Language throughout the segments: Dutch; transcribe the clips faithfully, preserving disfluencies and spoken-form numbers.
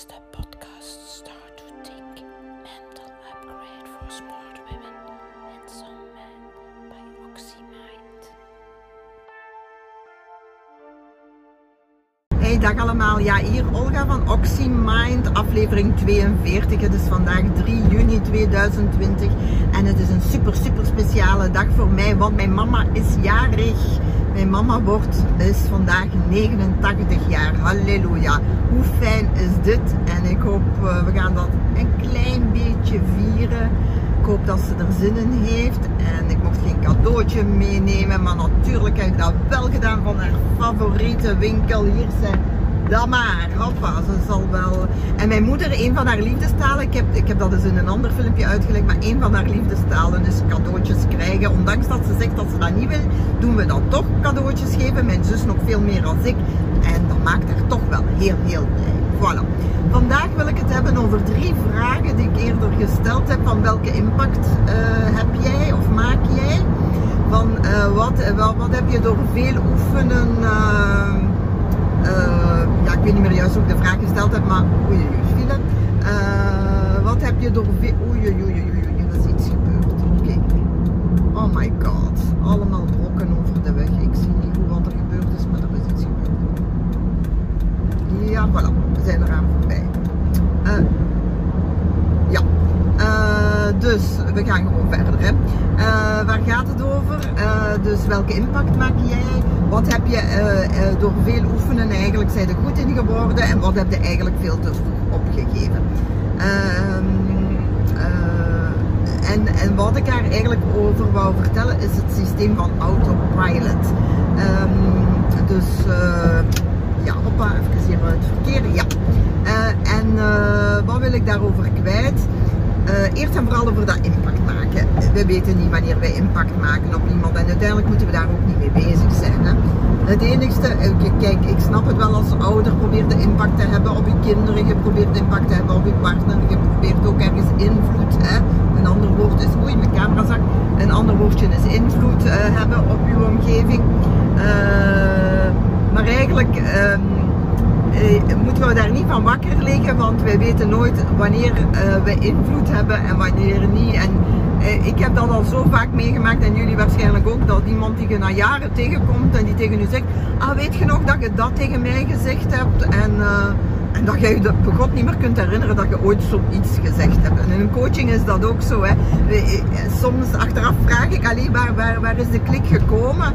is the podcast Start to Think Mental Upgrade for Smart Women and Some Men by OxyMind. Hey, dag allemaal. Ja, hier Olga van OxyMind, aflevering tweeënveertig. Het is vandaag drie juni tweeduizend twintig en het is een super, super speciale dag voor mij, want mijn mama is jarig. Mijn mama wordt, is vandaag negenentachtig jaar. Halleluja. Hoe fijn is dit? En ik hoop, uh, we gaan dat een klein beetje vieren. Ik hoop dat ze er zin in heeft. En ik mocht geen cadeautje meenemen. Maar natuurlijk heb ik dat wel gedaan van haar favoriete winkel. Hier zijn dat maar. Hoppa, ze zal wel... En mijn moeder, een van haar liefdestalen, ik heb, ik heb dat eens in een ander filmpje uitgelegd, maar een van haar liefdestalen is cadeautjes krijgen. Ondanks dat ze zegt dat ze dat niet wil, doen we dan toch cadeautjes geven. Mijn zus nog veel meer dan ik. En dat maakt haar toch wel heel, heel blij. Voilà. Vandaag wil ik het hebben over drie vragen die ik eerder gesteld heb. Van welke impact uh, heb jij of maak jij? Van uh, wat, uh, wat, wat heb je door veel oefenen... Uh, Uh, ja, ik weet niet meer juist hoe ik de vraag gesteld heb, maar oei, oei, file. Uh, wat heb je door veel... Oei, oei, oei, oei, er is iets gebeurd. Kijk. Oh my god. Allemaal brokken over de weg. Ik zie niet hoe wat er gebeurd is, maar er is iets gebeurd. Ja, voilà. We zijn eraan voorbij. Uh, ja. Uh, dus, we gaan gewoon verder. Hè. Uh, waar gaat het over? Uh, dus, welke impact maak jij? Wat heb je uh, uh, door veel oefenen eigenlijk zijn er goed in geworden en wat heb je eigenlijk veel te vroeg opgegeven? Uh, uh, en, en wat ik daar eigenlijk over wou vertellen is het systeem van autopilot. Um, dus uh, ja, hoppa, even hier het verkeer. Ja. Uh, en uh, wat wil ik daarover kwijt? Uh, eerst en vooral over dat impact maken. We weten niet wanneer wij impact maken op iemand en uiteindelijk moeten we daar ook niet mee bezig zijn. Hè. Het enigste, kijk, ik snap het wel als ouder, probeer de impact te hebben op je kinderen, je probeert impact te hebben op je partner, je probeert ook ergens invloed. Hè. Een ander woord is, oei, mijn camera zak, een ander woordje is invloed uh, hebben op je omgeving. Uh, maar eigenlijk... Um, Uh, moeten we daar niet van wakker liggen, want wij weten nooit wanneer uh, we invloed hebben en wanneer niet. En uh, ik heb dat al zo vaak meegemaakt en jullie waarschijnlijk ook, dat iemand die je na jaren tegenkomt en die tegen u zegt, ah, weet je nog dat je dat tegen mij gezegd hebt en, uh, en dat je je bij God niet meer kunt herinneren dat je ooit zoiets gezegd hebt. En in een coaching is dat ook zo. Hè. We, soms achteraf vraag ik alleen waar, waar, waar is de klik gekomen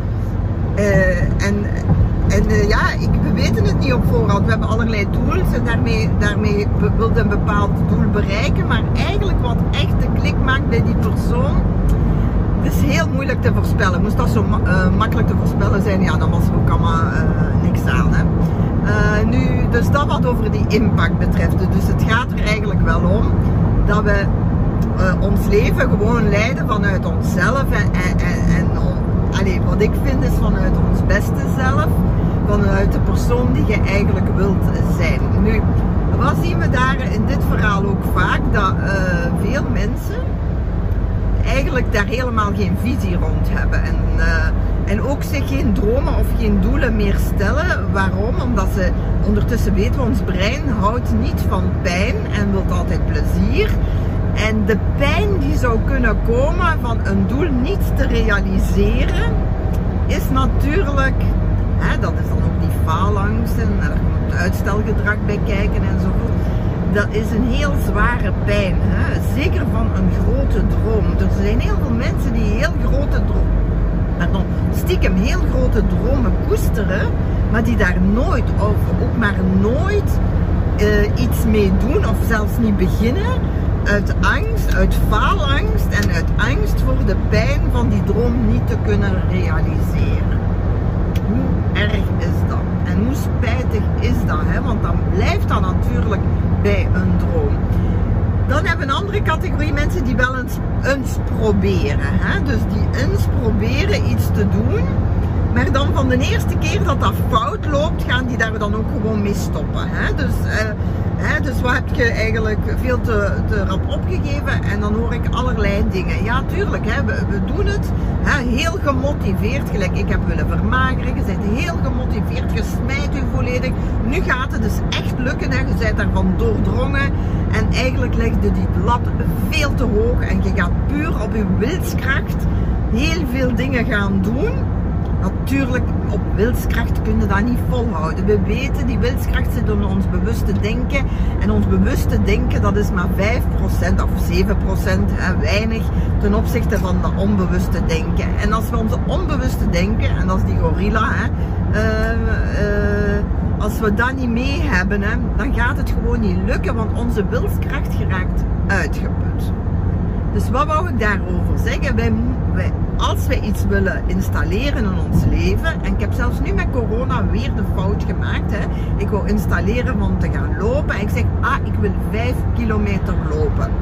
uh, en En uh, ja, ik, we weten het niet op voorhand. We hebben allerlei tools en daarmee, daarmee wilde een bepaald doel bereiken. Maar eigenlijk wat echt de klik maakt bij die persoon, het is heel moeilijk te voorspellen. Moest dat zo ma uh, makkelijk te voorspellen zijn, ja, dan was er ook allemaal uh, niks aan. Hè. Uh, nu, dus dat wat over die impact betreft. Dus het gaat er eigenlijk wel om dat we uh, ons leven gewoon leiden vanuit onszelf. En, en, en, en allee, wat ik vind is vanuit ons beste zelf. Vanuit de persoon die je eigenlijk wilt zijn. Nu, wat zien we daar in dit verhaal ook vaak? Dat uh, veel mensen eigenlijk daar helemaal geen visie rond hebben. En, uh, en ook zich geen dromen of geen doelen meer stellen. Waarom? Omdat ze ondertussen weten, ons brein houdt niet van pijn en wil altijd plezier. En de pijn die zou kunnen komen van een doel niet te realiseren, is natuurlijk... Hè, dat is dan ook die faalangst en daar komt uitstelgedrag bij kijken enzovoort. Dat is een heel zware pijn, hè? Zeker van een grote droom. Er zijn heel veel mensen die heel grote dromen, pardon, stiekem heel grote dromen koesteren, maar die daar nooit of ook maar nooit uh, iets mee doen of zelfs niet beginnen. Uit angst, uit faalangst en uit angst voor de pijn van die droom niet te kunnen realiseren. Hoe erg is dat? En hoe spijtig is dat? Hè? Want dan blijft dat natuurlijk bij een droom. Dan hebben we een andere categorie mensen die wel eens, eens proberen. Hè? Dus die eens proberen iets te doen. Maar dan van de eerste keer dat dat fout loopt, gaan die daar dan ook gewoon mee stoppen. Hè? Dus, uh, hè, dus wat heb je eigenlijk veel te, te rap opgegeven en dan hoor ik allerlei dingen. Ja, tuurlijk, hè, we, we doen het hè, heel gemotiveerd. Gelijk, ik heb willen vermageren, je bent heel gemotiveerd, je smijt je volledig. Nu gaat het dus echt lukken, hè? Je bent daarvan doordrongen en eigenlijk leg je die lat veel te hoog en je gaat puur op je wilskracht heel veel dingen gaan doen. Natuurlijk, op wilskracht kun je dat niet volhouden. We weten, die wilskracht zit in ons bewuste denken. En ons bewuste denken, dat is maar vijf procent of zeven procent, hè, weinig ten opzichte van dat onbewuste denken. En als we onze onbewuste denken, en dat is die gorilla, hè, uh, uh, als we dat niet mee hebben, hè, dan gaat het gewoon niet lukken, want onze wilskracht geraakt uitgeput. Dus wat wou ik daarover zeggen? Wij, wij, als wij iets willen installeren in ons leven, en ik heb zelfs nu met corona weer de fout gemaakt, hè. Ik wil installeren van te gaan lopen en ik zeg, ah, ik wil vijf kilometer lopen.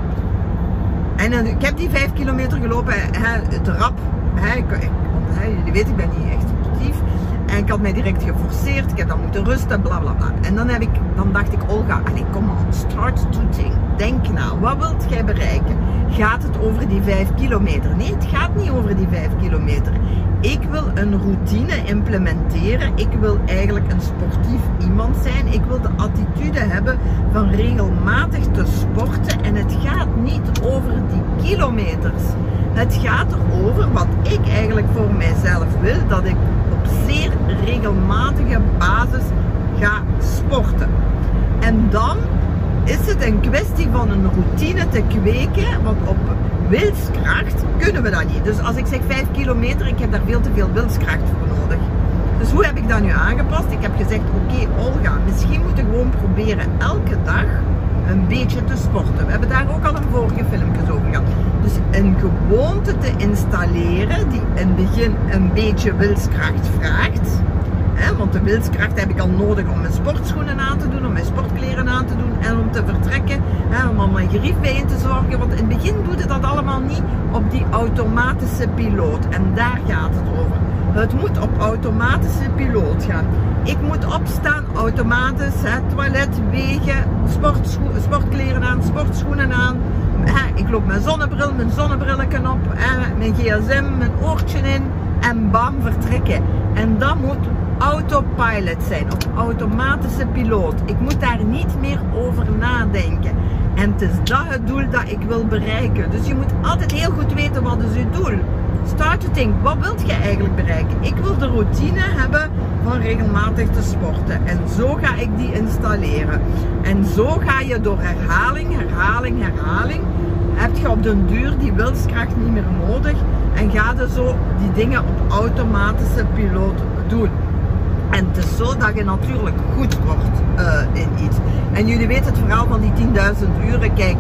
En uh, ik heb die vijf kilometer gelopen, hè, het rap, hè, ik, ik, hè, jullie weten, ik ben niet echt sportief. En ik had mij direct geforceerd, ik heb dan moeten rusten, bla bla bla. En dan, heb ik, dan dacht ik, Olga, allez, kom on, start to think. Denk na, wat wilt jij bereiken? Gaat het over die vijf kilometer? Nee, het gaat niet over die vijf kilometer. Ik wil een routine implementeren. Ik wil eigenlijk een sportief iemand zijn. Ik wil de attitude hebben van regelmatig te sporten. En het gaat niet over die kilometers. Het gaat erover wat ik eigenlijk voor mijzelf wil. Dat ik op zeer regelmatige basis ga sporten. En dan is het een kwestie van een routine te kweken, want op wilskracht kunnen we dat niet. Dus als ik zeg vijf kilometer, ik heb daar veel te veel wilskracht voor nodig. Dus hoe heb ik dat nu aangepast? Ik heb gezegd, oké okay, Olga, misschien moet je gewoon proberen elke dag een beetje te sporten. We hebben daar ook al een vorige filmpjes over gehad. Dus een gewoonte te installeren die in het begin een beetje wilskracht vraagt. He, want de wilskracht heb ik al nodig om mijn sportschoenen aan te doen, om mijn sportkleren aan te doen en om te vertrekken, he, om al mijn gerief bij in te zorgen. Want in het begin doe je dat allemaal niet op die automatische piloot. En daar gaat het over. Het moet op automatische piloot gaan. Ik moet opstaan automatisch, he, toilet, wegen, sportkleren aan, sportschoenen aan. He, ik loop mijn zonnebril, mijn zonnebrillen op, he, mijn gsm, mijn oortje in en bam, vertrekken. En dat moet autopilot zijn, op automatische piloot. Ik moet daar niet meer over nadenken. En het is dat het doel dat ik wil bereiken. Dus je moet altijd heel goed weten wat is je doel. Start to think, wat wilt je eigenlijk bereiken? Ik wil de routine hebben van regelmatig te sporten. En zo ga ik die installeren. En zo ga je door herhaling, herhaling, herhaling, heb je op den duur die wilskracht niet meer nodig. En ga je zo die dingen op automatische piloot doen. En het is zo dat je natuurlijk goed wordt uh, in iets. En jullie weten het verhaal van die tienduizend uren. Kijk,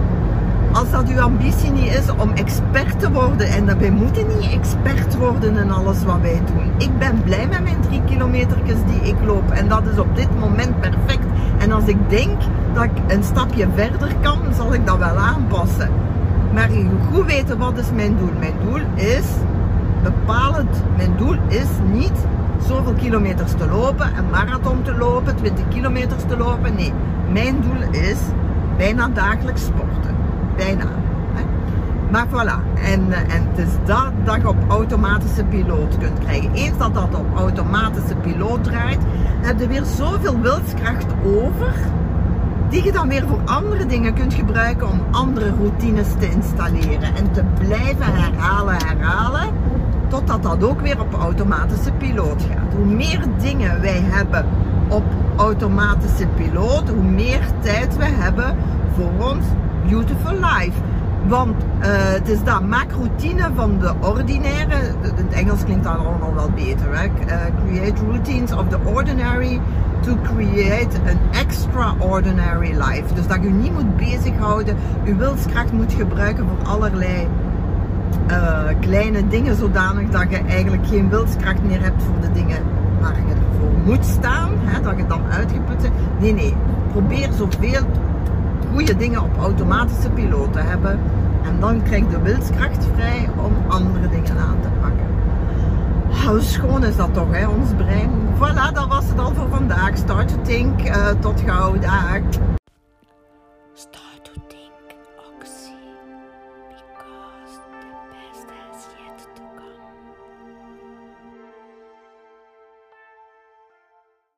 als dat uw ambitie niet is om expert te worden, en dat wij moeten niet expert worden in alles wat wij doen. Ik ben blij met mijn drie kilometertjes die ik loop. En dat is op dit moment perfect. En als ik denk dat ik een stapje verder kan, zal ik dat wel aanpassen. Maar je moet goed weten, wat is mijn doel? Mijn doel is bepalend. Mijn doel is niet zoveel kilometers te lopen, een marathon te lopen, twintig kilometers te lopen. Nee, mijn doel is bijna dagelijks sporten. Bijna. Hè? Maar voilà. En, en het is dat dat je op automatische piloot kunt krijgen. Eens dat dat op automatische piloot draait, heb je weer zoveel wilskracht over, die je dan weer voor andere dingen kunt gebruiken om andere routines te installeren. En te blijven herhalen, herhalen. Totdat dat ook weer op automatische piloot gaat. Hoe meer dingen wij hebben op automatische piloot, hoe meer tijd we hebben voor ons beautiful life. Want uh, het is dat, maak routine van de ordinaire, in het Engels klinkt dat allemaal wel beter, hè? Uh, create routines of the ordinary to create an extraordinary life. Dus dat je niet moet bezighouden, je wilskracht moet gebruiken voor allerlei Uh, kleine dingen, zodanig dat je eigenlijk geen wilskracht meer hebt voor de dingen waar je ervoor moet staan, hè, dat je dan uitgeput bent. Nee, nee, probeer zoveel goede dingen op automatische piloot te hebben en dan krijg je de wilskracht vrij om andere dingen aan te pakken. Hoe schoon is dat toch, hè, ons brein. Voilà, dat was het al voor vandaag. Start to think. Uh, tot gauw, dag.